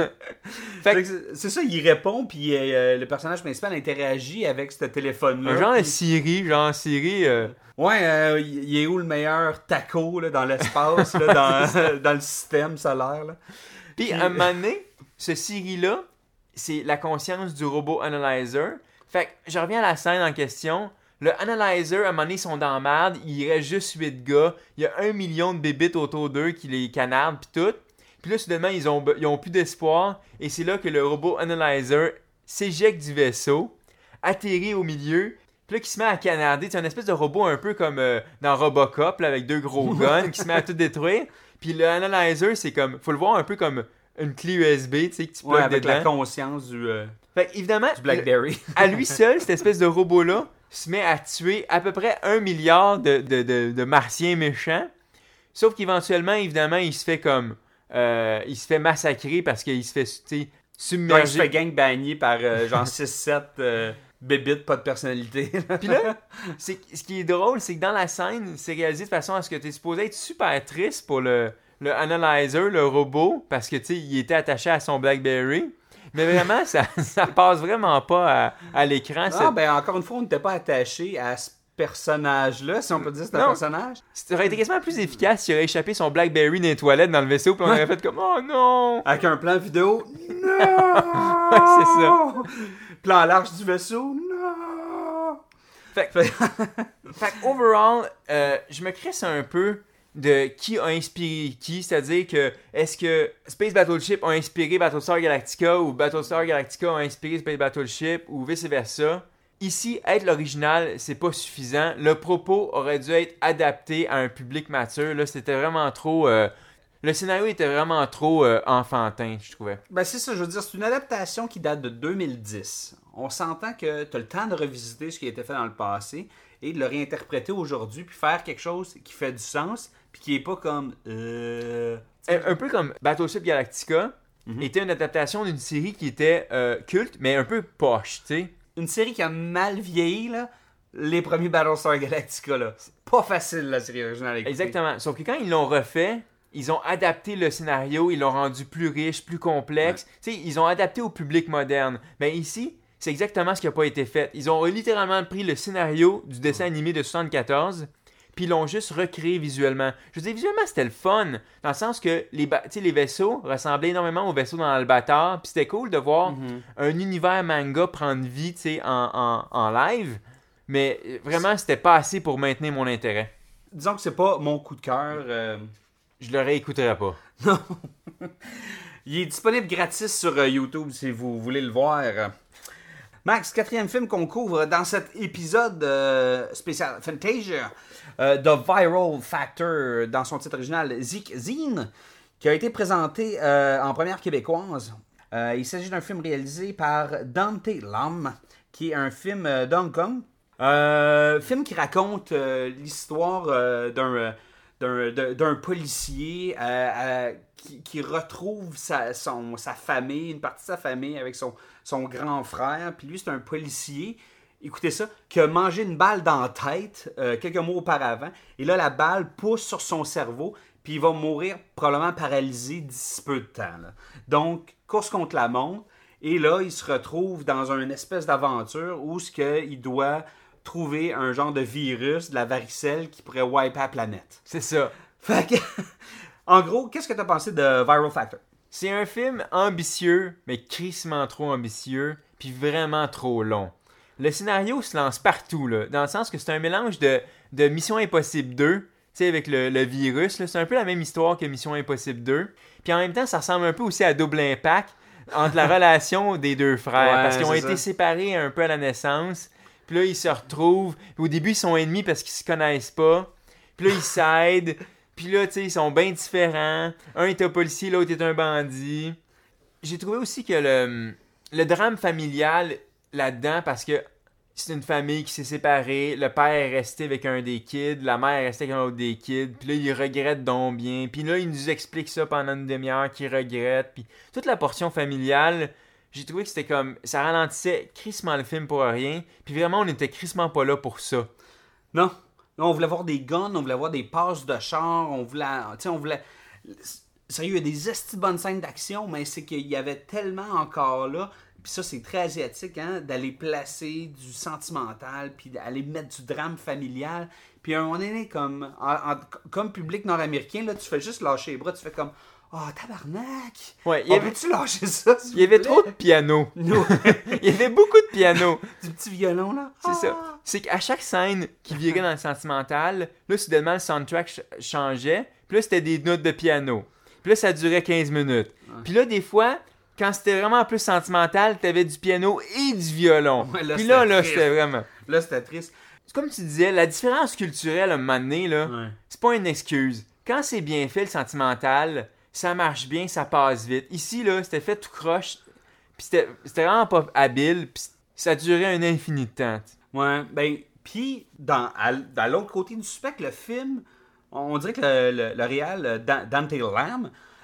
S6: Fait
S5: Fait
S6: que-
S5: que c'est- c'est ça, il répond, puis euh, le personnage principal interagit avec ce téléphone-là.
S6: Un genre de
S5: puis-
S6: Siri, genre Siri. euh,
S5: Ouais, euh, il est où le meilleur taco là, dans l'espace, là, dans, dans le système solaire? Là?
S6: Puis à un moment donné, ce Siri-là, c'est la conscience du robot Analyzer. Fait que je reviens à la scène en question. Le Analyzer, à un moment donné, ils sont dans la merde. Il reste juste huit gars. Il y a un million de bébites autour d'eux qui les canardent, puis tout. Puis là, soudainement, ils ont, ils ont plus d'espoir. Et c'est là que le robot Analyzer s'éjecte du vaisseau, atterrit au milieu, puis là, qui se met à canarder. C'est un espèce de robot un peu comme euh, dans Robocop, là, avec deux gros guns, qui se met à tout détruire. Puis le Analyzer, c'est comme... Faut le voir un peu comme une clé U S B, tu sais, que tu
S5: Ouais,
S6: plugues
S5: avec
S6: dedans.
S5: la conscience du, euh,
S6: Fait que, évidemment,
S5: du Blackberry.
S6: à lui seul, cette espèce de robot-là se met à tuer à peu près un milliard de, de, de, de martiens méchants. Sauf qu'éventuellement, évidemment, il se fait comme euh, il se fait massacrer parce qu'il se fait, tu sais,
S5: Donc,
S6: submerger.
S5: il se fait gangbagner par euh, genre six sept euh, bébites, pas de personnalité.
S6: Puis là, c'est, ce qui est drôle, c'est que dans la scène, c'est réalisé de façon à ce que tu es supposé être super triste pour le, le analyzer, le robot, parce que, tu sais, il était attaché à son BlackBerry. Mais vraiment, ça, ça passe vraiment pas à, à l'écran.
S5: Ah,
S6: cette-
S5: ben encore une fois, on n'était pas attaché à ce personnage-là, si on peut dire que c'est un
S6: Non.
S5: personnage.
S6: Ça aurait été quasiment plus efficace s'il aurait échappé son BlackBerry dans les toilettes dans le vaisseau, puis on aurait fait comme « Oh non!
S5: Avec un plan vidéo. Non!
S6: Ouais, c'est ça.
S5: Plan large du vaisseau. Non! »
S6: Fait, fait que, overall, euh, je me crisse un peu de qui a inspiré qui, c'est-à-dire que est-ce que Space Battleship a inspiré Battlestar Galactica ou Battlestar Galactica a inspiré Space Battleship ou vice-versa. Ici, être l'original, c'est pas suffisant. Le propos aurait dû être adapté à un public mature. Là, c'était vraiment trop... euh, le scénario était vraiment trop euh, enfantin, je trouvais.
S5: Ben c'est ça, je veux dire, c'est une adaptation qui date de deux mille dix. On s'entend que tu as le temps de revisiter ce qui a été fait dans le passé et de le réinterpréter aujourd'hui puis faire quelque chose qui fait du sens puis qui est pas comme... Euh...
S6: Un, un peu comme Battleship Galactica
S5: Mhm.
S6: était une adaptation d'une série qui était euh, culte, mais un peu poche, tu sais.
S5: Une série qui a mal vieilli, là, les premiers Battlestar Galactica, là. C'est pas facile, la série originale. à écouter.
S6: Exactement. Sauf que quand ils l'ont refait, ils ont adapté le scénario, ils l'ont rendu plus riche, plus complexe. Tu sais, ils ont adapté au public moderne. Mais ici, c'est exactement ce qui n'a pas été fait. Ils ont littéralement pris le scénario du dessin animé de soixante-quatorze, puis ils l'ont juste recréé visuellement. Je veux dire, visuellement, c'était le fun, dans le sens que les, ba- tu sais, les vaisseaux ressemblaient énormément aux vaisseaux dans Albator, puis c'était cool de voir
S5: Mhm.
S6: un univers manga prendre vie, tu sais, en, en, en live, mais euh, vraiment, c'était pas assez pour maintenir mon intérêt.
S5: Disons que c'est pas mon coup de cœur. euh,
S6: Je le réécouterai pas.
S5: Non. Il est disponible gratis sur euh, YouTube si vous voulez le voir. Max, quatrième film qu'on couvre dans cet épisode euh, spécial Fantasia, euh, The Viral Factor, dans son titre original Zik Zine, qui a été présenté euh, en première québécoise. Euh, il s'agit d'un film réalisé par Dante Lam, qui est un film euh, d'Hong Kong. Euh, film qui raconte euh, l'histoire euh, d'un, euh, d'un, d'un, d'un policier euh, euh, qui, qui retrouve sa, son, sa famille, une partie de sa famille avec son, son grand frère. Puis lui, c'est un policier, écoutez ça, qui a mangé une balle dans la tête euh, quelques mois auparavant. Et là, la balle pousse sur son cerveau, puis il va mourir probablement paralysé d'ici peu de temps. Là. Donc, course contre la montre. Et là, il se retrouve dans une espèce d'aventure où ce que il doit trouver un genre de virus, de la varicelle, qui pourrait wiper la planète.
S6: C'est ça.
S5: Fait que, en gros, qu'est-ce que tu as pensé de Viral Factor?
S6: C'est un film ambitieux, mais crissement trop ambitieux, puis vraiment trop long. Le scénario se lance partout, là, dans le sens que c'est un mélange de, de Mission Impossible deux, tu sais, avec le, le virus, là, c'est un peu la même histoire que Mission Impossible deux, puis en même temps, ça ressemble un peu aussi à Double Impact, entre la relation des deux frères,
S5: Ouais,
S6: parce qu'ils ont
S5: c'est
S6: été
S5: ça.
S6: séparés un peu à la naissance, puis là, ils se retrouvent, puis au début, ils sont ennemis parce qu'ils se connaissent pas, puis là, ils s'aident, puis là, tu sais, ils sont bien différents. Un est un policier, l'autre est un bandit. J'ai trouvé aussi que le, le drame familial là-dedans, parce que c'est une famille qui s'est séparée, le père est resté avec un des kids, la mère est restée avec un autre des kids, puis là, il regrette donc bien, puis là, il nous explique ça pendant une demi-heure qu'il regrette, puis toute la portion familiale, j'ai trouvé que c'était comme, ça ralentissait crissement le film pour rien, puis vraiment, on était crissement pas là pour ça.
S5: Non. Là, on voulait voir des guns, on voulait voir des passes de char, on voulait... Tu sais, on voulait... Sérieux, il y a des esti bonnes scènes d'action, mais c'est qu'il y avait tellement encore là, puis ça, c'est très asiatique, hein, d'aller placer du sentimental, puis d'aller mettre du drame familial. Puis à un moment donné, comme, en- en- comme public nord-américain, là, tu fais juste lâcher les bras, tu fais comme... « Oh, tabarnak!
S6: Ouais, il y
S5: On
S6: avait,
S5: peut-tu lâcher ça, s'il
S6: il y avait
S5: vous plaît?
S6: trop de piano.
S5: Nous,
S6: Il y avait beaucoup de piano.
S5: du petit violon, là.
S6: C'est
S5: Ah!
S6: ça. C'est qu'à chaque scène qui virait dans le sentimental, là, soudainement, le soundtrack ch- changeait. Puis là, c'était des notes de piano. Puis là, ça durait quinze minutes. Puis là, des fois, quand c'était vraiment plus sentimental, t'avais du piano et du violon.
S5: Ouais, là,
S6: Puis là,
S5: c'était
S6: là,
S5: triste.
S6: c'était vraiment...
S5: Là, c'était triste.
S6: C'est comme tu disais, la différence culturelle, à un moment donné, là,
S5: Ouais.
S6: c'est pas une excuse. Quand c'est bien fait, le sentimental, ça marche bien, ça passe vite. Ici, là, c'était fait tout croche. Puis c'était, c'était vraiment pas habile. Puis ça durait un infini de temps. t'sais.
S5: Ouais, ben, puis, dans, à, dans l'autre côté du spectre, le film, on dirait que le, le, le réal, euh, Dan- Dante Lam,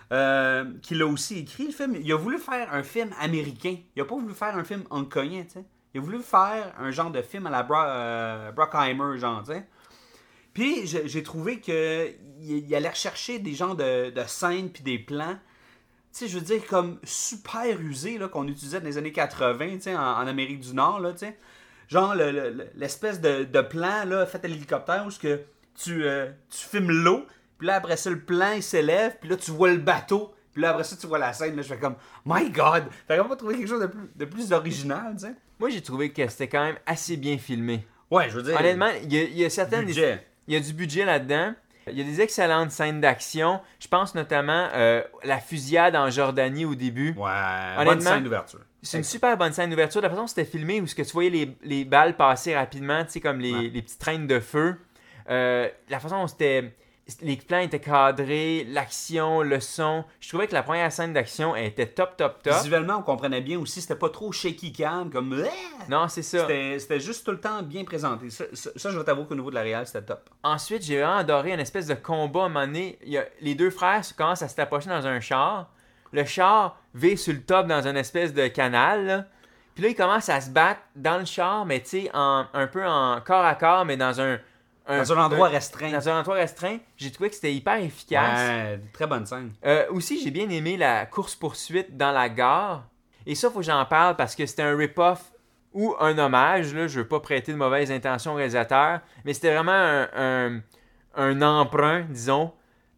S5: euh, qui l'a aussi écrit, le film. Il a voulu faire un film américain. Il a pas voulu faire un film hongkongien, tu sais. Il a voulu faire un genre de film à la Bro- euh, Brockheimer, genre, tu sais. Puis j'ai, j'ai trouvé qu'il il allait rechercher des genres de, de scènes puis des plans, tu sais, je veux dire, comme super usés, là, qu'on utilisait dans les années quatre-vingts, tu sais, en, en Amérique du Nord, là, tu sais. Genre, le, le, l'espèce de, de plan, là, fait à l'hélicoptère, où que tu, euh, tu filmes l'eau, puis là, après ça, le plan, il s'élève, puis là, tu vois le bateau, puis là, après ça, tu vois la scène, là, je fais comme, my God! T'as vraiment pas trouvé quelque chose de plus, de plus original, tu sais?
S6: Moi, j'ai trouvé que c'était quand même assez bien filmé.
S5: Ouais, je veux dire...
S6: Honnêtement, il y a, il y a certaines...
S5: budget.
S6: Il y a du budget là-dedans. Il y a des excellentes scènes d'action. Je pense notamment euh, la fusillade en Jordanie au début.
S5: Ouais,
S6: honnêtement,
S5: bonne scène d'ouverture.
S6: C'est une super bonne scène d'ouverture. La façon dont c'était filmé, où ce que tu voyais les, les balles passer rapidement, tu sais, comme les,
S5: ouais.
S6: les petites traînes de feu. Euh, la façon dont c'était... Les plans étaient cadrés, l'action, le son. Je trouvais que la première scène d'action elle était top, top, top.
S5: Visuellement, on comprenait bien aussi. C'était pas trop shaky cam, comme...
S6: Non, c'est ça.
S5: C'était, c'était juste tout le temps bien présenté. Ça, ça, ça je vais t'avouer qu'au niveau de la réal, c'était top.
S6: Ensuite, j'ai vraiment adoré une espèce de combat à un moment donné. Il y a, les deux frères commencent à se tapocher dans un char. Le char vire sur le top dans une espèce de canal, là. Puis là, ils commencent à se battre dans le char, mais tu sais, en, un peu en corps à corps, mais dans un... Un,
S5: dans un endroit
S6: un,
S5: restreint.
S6: Dans un endroit restreint. J'ai trouvé que c'était hyper efficace.
S5: Ouais, très bonne scène.
S6: Euh, aussi, j'ai bien aimé la course-poursuite dans la gare. Et ça, il faut que j'en parle parce que c'était un rip-off ou un hommage. Là. Je veux pas prêter de mauvaises intentions au réalisateur. Mais c'était vraiment un, un, un emprunt, disons,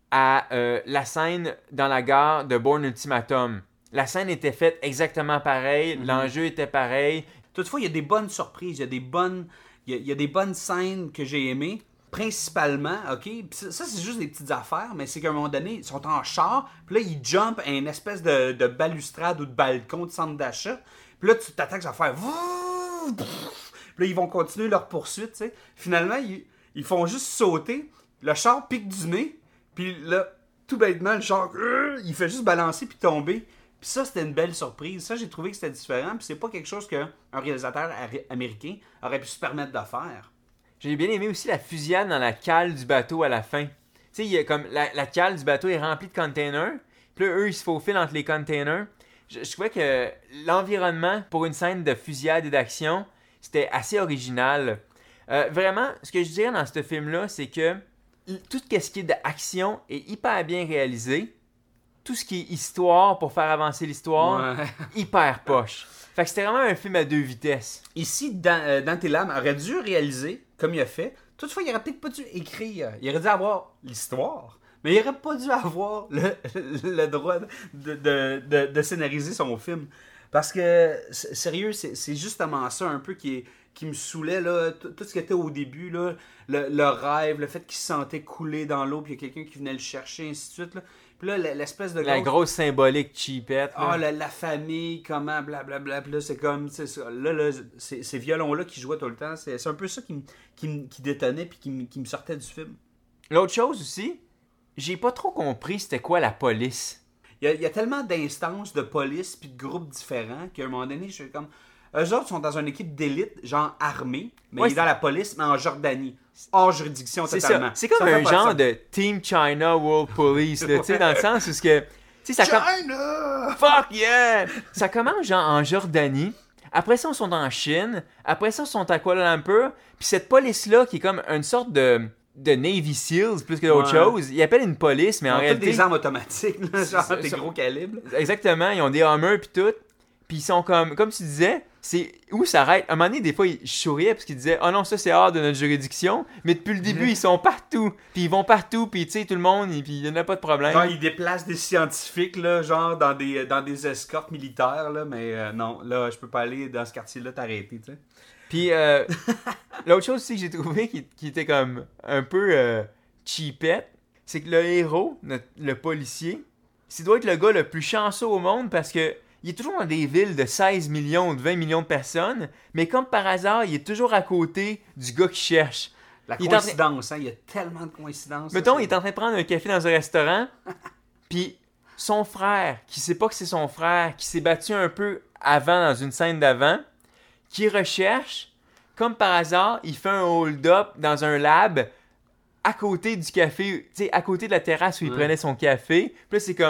S6: à euh, la scène dans la gare de Bourne Ultimatum. La scène était faite exactement pareil. Mm-hmm. L'enjeu était pareil.
S5: Toutefois, il y a des bonnes surprises. Il y a des bonnes... Il y, a, il y a des bonnes scènes que j'ai aimées, principalement, ok? Ça, ça, c'est juste des petites affaires, mais c'est qu'à un moment donné, ils sont en char, puis là, ils jumpent à une espèce de, de balustrade ou de balcon de centre d'achat, puis là, tu t'attends que ça va faire... Puis là, ils vont continuer leur poursuite, tu sais. Finalement, ils, ils font juste sauter, le char pique du nez, puis là, tout bêtement, le char, il fait juste balancer puis tomber. Puis ça, c'était une belle surprise. Ça, j'ai trouvé que c'était différent. Puis c'est pas quelque chose qu'un réalisateur américain aurait pu se permettre de faire.
S6: J'ai bien aimé aussi la fusillade dans la cale du bateau à la fin. Tu sais, il y a comme la, la cale du bateau est remplie de containers. Puis là, eux, ils se faufilent entre les containers. Je, je trouvais que l'environnement pour une scène de fusillade et d'action, c'était assez original. Euh, vraiment, ce que je dirais dans ce film-là, c'est que tout ce qui est d'action est hyper bien réalisé. Tout ce qui est histoire pour faire avancer l'histoire, ouais. hyper poche. Fait que c'était vraiment un film à deux vitesses.
S5: Ici, Dan, euh, Dante Lam aurait dû réaliser, comme il a fait. Toutefois, il aurait peut-être pas dû écrire. Il aurait dû avoir l'histoire, mais il aurait pas dû avoir le, le droit de, de, de, de scénariser son film. Parce que, sérieux, c'est, c'est justement ça un peu qui, est, qui me saoulait, là, tout, tout ce qui était au début, là, le, le rêve, le fait qu'il se sentait couler dans l'eau, puis il y a quelqu'un qui venait le chercher, ainsi de suite, là. Puis là, l'espèce de...
S6: La grosse, grosse symbolique cheapette.
S5: Ah, oh, la, la famille, comment, blablabla. Puis là, c'est comme... C'est ça. Là, là, c'est, ces violons-là qui jouaient tout le temps, c'est, c'est un peu ça qui, qui, qui détonnait puis qui, qui me sortait du film.
S6: L'autre chose aussi, j'ai pas trop compris c'était quoi la police.
S5: Il y a, il y a tellement d'instances de police puis de groupes différents qu'à un moment donné, je suis comme... Eux autres sont dans une équipe d'élite, genre armée, mais ouais, il est dans la police, mais en Jordanie. Hors juridiction
S6: c'est
S5: totalement.
S6: Ça. C'est comme ça un genre de Team China World Police, là, ouais. Dans le sens où ce que, ça
S5: China!
S6: Com- Fuck yeah! Ça commence genre en Jordanie, après ça, ils sont en Chine, après ça, ils sont à Kuala Lumpur, puis cette police-là, qui est comme une sorte de, de Navy Seals, plus que d'autres ouais. choses, ils appellent une police, mais
S5: ils
S6: en
S5: ont
S6: réalité...
S5: des armes automatiques, là, genre des gros calibres.
S6: Exactement, ils ont des Hummers puis tout. Puis ils sont comme, comme tu disais, c'est où ça arrête. À un moment donné, des fois, je souriais parce qu'ils disaient « Oh non, ça c'est hors de notre juridiction. » Mais depuis le début, ils sont partout. Puis ils vont partout, puis tu sais, tout le monde, et puis il n'y en a pas de problème.
S5: Genre, ils déplacent des scientifiques, là, genre dans des, dans des escortes militaires, là, mais euh, non, là, je peux pas aller dans ce quartier-là t'arrêter, tu sais.
S6: Puis euh, l'autre chose aussi que j'ai trouvé qui, qui était comme un peu euh, cheapette, c'est que le héros, notre, le policier, il doit être le gars le plus chanceux au monde parce que il est toujours dans des villes de seize millions ou de vingt millions de personnes, mais comme par hasard, il est toujours à côté du gars qui cherche.
S5: La
S6: il
S5: coïncidence, hein? Il y a tellement de coïncidences.
S6: Mettons,
S5: ça,
S6: il est en train de prendre un café dans un restaurant, puis son frère, qui sait pas que c'est son frère, qui s'est battu un peu avant dans une scène d'avant, qui recherche, comme par hasard, il fait un hold-up dans un lab à côté du café, tu sais, à côté de la terrasse où il ouais. prenait son café. Puis là, c'est comme...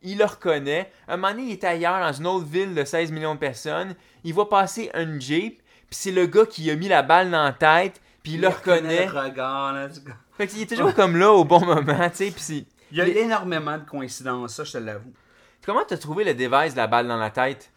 S6: il le reconnaît. Un moment donné, il est ailleurs, dans une autre ville de seize millions de personnes. Il voit passer un Jeep, puis c'est le gars qui a mis la balle dans la tête, puis il, il le reconnaît.
S5: Le regard, là, du gars.
S6: Fait qu'il est toujours comme là, au bon moment, tu sais, puis c'est...
S5: Il y a
S6: les...
S5: énormément de coïncidences, ça, je te l'avoue.
S6: Comment t'as trouvé le device de la balle dans la tête?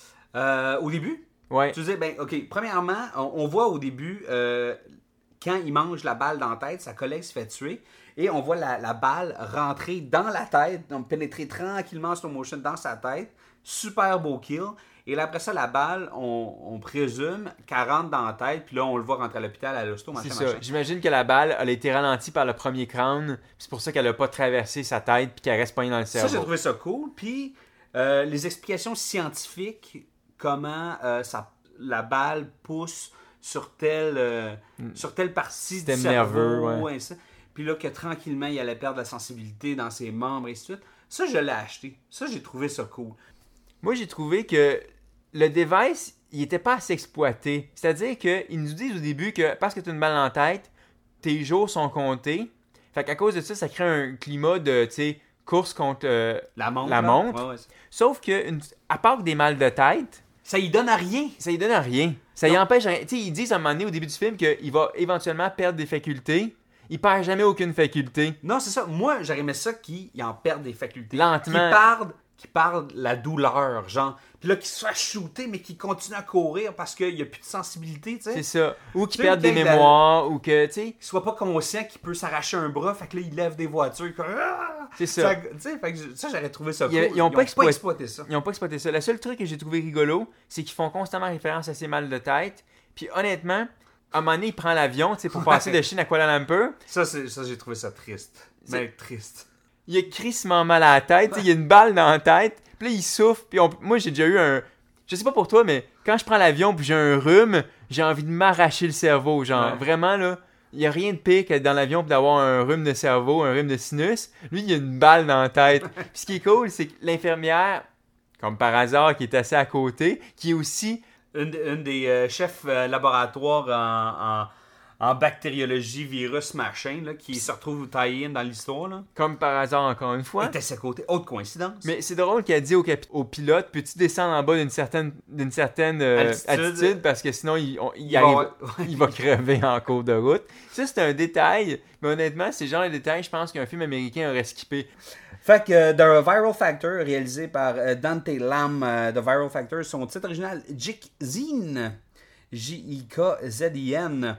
S5: Euh, au début?
S6: Ouais.
S5: Tu disais, ben, OK, premièrement, on, on voit au début, euh, quand il mange la balle dans la tête, sa collègue se fait tuer, et on voit la, la balle rentrer dans la tête, donc pénétrer tranquillement en slow motion dans sa tête. Super beau kill. Et là, après ça, la balle, on, on présume qu'elle rentre dans la tête, puis là, on le voit rentrer à l'hôpital, à l'hosto, machin,
S6: C'est ça.
S5: machin.
S6: J'imagine que la balle, elle a été ralentie par le premier crâne, c'est pour ça qu'elle a pas traversé sa tête, puis qu'elle reste poignée dans le cerveau.
S5: Ça, j'ai trouvé ça cool. Puis, euh, les explications scientifiques, comment euh, ça, la balle pousse sur telle, euh, mm. sur telle partie
S6: Système
S5: du cerveau.
S6: nerveux, ouais.
S5: Ouais, ça. Puis là, que tranquillement, il allait perdre la sensibilité dans ses membres et ainsi de suite. Ça, je l'ai acheté. Ça, j'ai trouvé ça cool.
S6: Moi, j'ai trouvé que le device, il était pas assez exploité. C'est-à-dire qu'ils nous disent au début que parce que tu as une balle en tête, tes jours sont comptés. Fait qu'à cause de ça, ça crée un climat de, tu sais, course contre euh,
S5: la montre.
S6: La montre.
S5: Ouais, ouais.
S6: Sauf que, une, à part des mal de tête,
S5: ça y donne à rien.
S6: Ça y donne à rien. Ça
S5: non.
S6: y empêche rien. Tu sais, ils disent à un moment donné au début du film qu'il va éventuellement perdre des facultés. Il perd jamais aucune faculté.
S5: Non, c'est ça. Moi, j'aurais aimé ça qu'il en perde des facultés.
S6: Lentement.
S5: Qu'il perde, qu'il perde la douleur, genre. Puis là, qu'il se fasse shooter, mais qu'il continue à courir parce qu'il n'y a plus de sensibilité, tu sais.
S6: C'est ça. Ou qu'il
S5: tu
S6: perde
S5: sais,
S6: des
S5: la...
S6: mémoires, ou que, tu sais...
S5: Qu'il soit pas conscient qu'il peut s'arracher un bras, fait que là, il lève des voitures. Comme...
S6: C'est ça.
S5: Tu sais, fait que ça, j'aurais trouvé ça cool.
S6: Ils, ils ont, pas,
S5: ont
S6: exploit...
S5: pas exploité ça.
S6: Ils n'ont pas exploité ça. Le seul truc que j'ai trouvé rigolo, c'est qu'ils font constamment référence à ses mal de tête. Puis honnêtement... À un moment donné, il prend l'avion, tu sais, pour passer de Chine à Kuala Lumpur.
S5: Ça, c'est, ça j'ai trouvé ça triste. Ben, triste.
S6: Il a crissement mal à la tête, il y a une balle dans la tête, puis là, il souffre, puis on... moi, j'ai déjà eu un... Je sais pas pour toi, mais quand je prends l'avion puis j'ai un rhume, j'ai envie de m'arracher le cerveau, genre, ouais. Vraiment, là, il y a rien de pire que dans l'avion pour d'avoir un rhume de cerveau, un rhume de sinus. Lui, il y a une balle dans la tête. Puis ce qui est cool, c'est que l'infirmière, comme par hasard, qui est assez à côté, qui est aussi...
S5: Une, une des euh, chefs euh, laboratoires en, en, en bactériologie, virus, machin, là, qui se retrouve tie-in dans l'histoire. Là.
S6: Comme par hasard, encore une fois.
S5: Elle était à ses côtés. Autre coïncidence.
S6: Mais c'est drôle qu'elle dit au, capi- au pilote, peux-tu descendre en bas d'une certaine, d'une certaine euh, altitude. altitude, parce que sinon, il, on, il, il, arrive, va, ouais. il va crever en cours de route. Ça, c'est un détail, mais honnêtement, c'est le genre de détail, je pense qu'un film américain aurait skippé.
S5: Fait que euh, The Viral Factor, réalisé par euh, Dante Lam, euh, The Viral Factor, son titre original, Jik-Zin, J I K Z I N.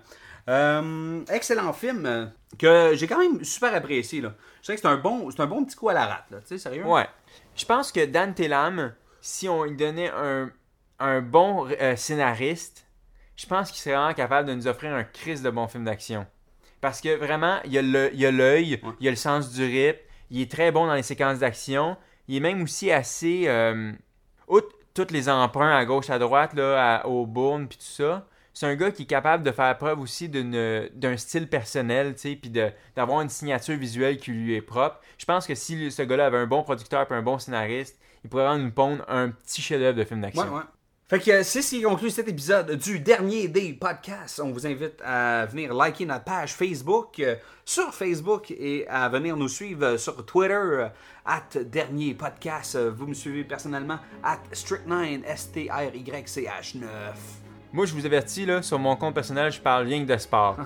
S5: Euh, excellent film euh, que j'ai quand même super apprécié. Là. Je dirais que c'est un, bon, c'est un bon petit coup à la rate. Tu sais, sérieux?
S6: Ouais. Je pense que Dante Lam, si on lui donnait un, un bon euh, scénariste, je pense qu'il serait vraiment capable de nous offrir un Christ de bon film d'action. Parce que vraiment, il y a, le, il y a l'œil, ouais. Il y a le sens du rythme. Il est très bon dans les séquences d'action. Il est même aussi assez... Euh, outre tous les emprunts à gauche, à droite, là, à, au Bourne, puis tout ça, c'est un gars qui est capable de faire preuve aussi d'une, d'un style personnel, tu sais, puis de, d'avoir une signature visuelle qui lui est propre. Je pense que si ce gars-là avait un bon producteur et un bon scénariste, il pourrait vraiment nous pondre un petit chef-d'œuvre de film d'action.
S5: Ouais, ouais. Fait que c'est ce qui conclut cet épisode du dernier des podcasts. On vous invite à venir liker notre page Facebook euh, sur Facebook et à venir nous suivre sur Twitter euh, at dernier podcast. Vous me suivez personnellement at strict nine S T R Y C H neuf.
S6: Moi, je vous avertis, là, sur mon compte personnel, je parle rien que de sport.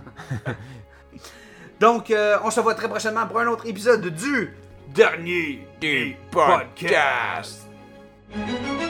S5: Donc, euh, on se voit très prochainement pour un autre épisode du dernier des podcasts.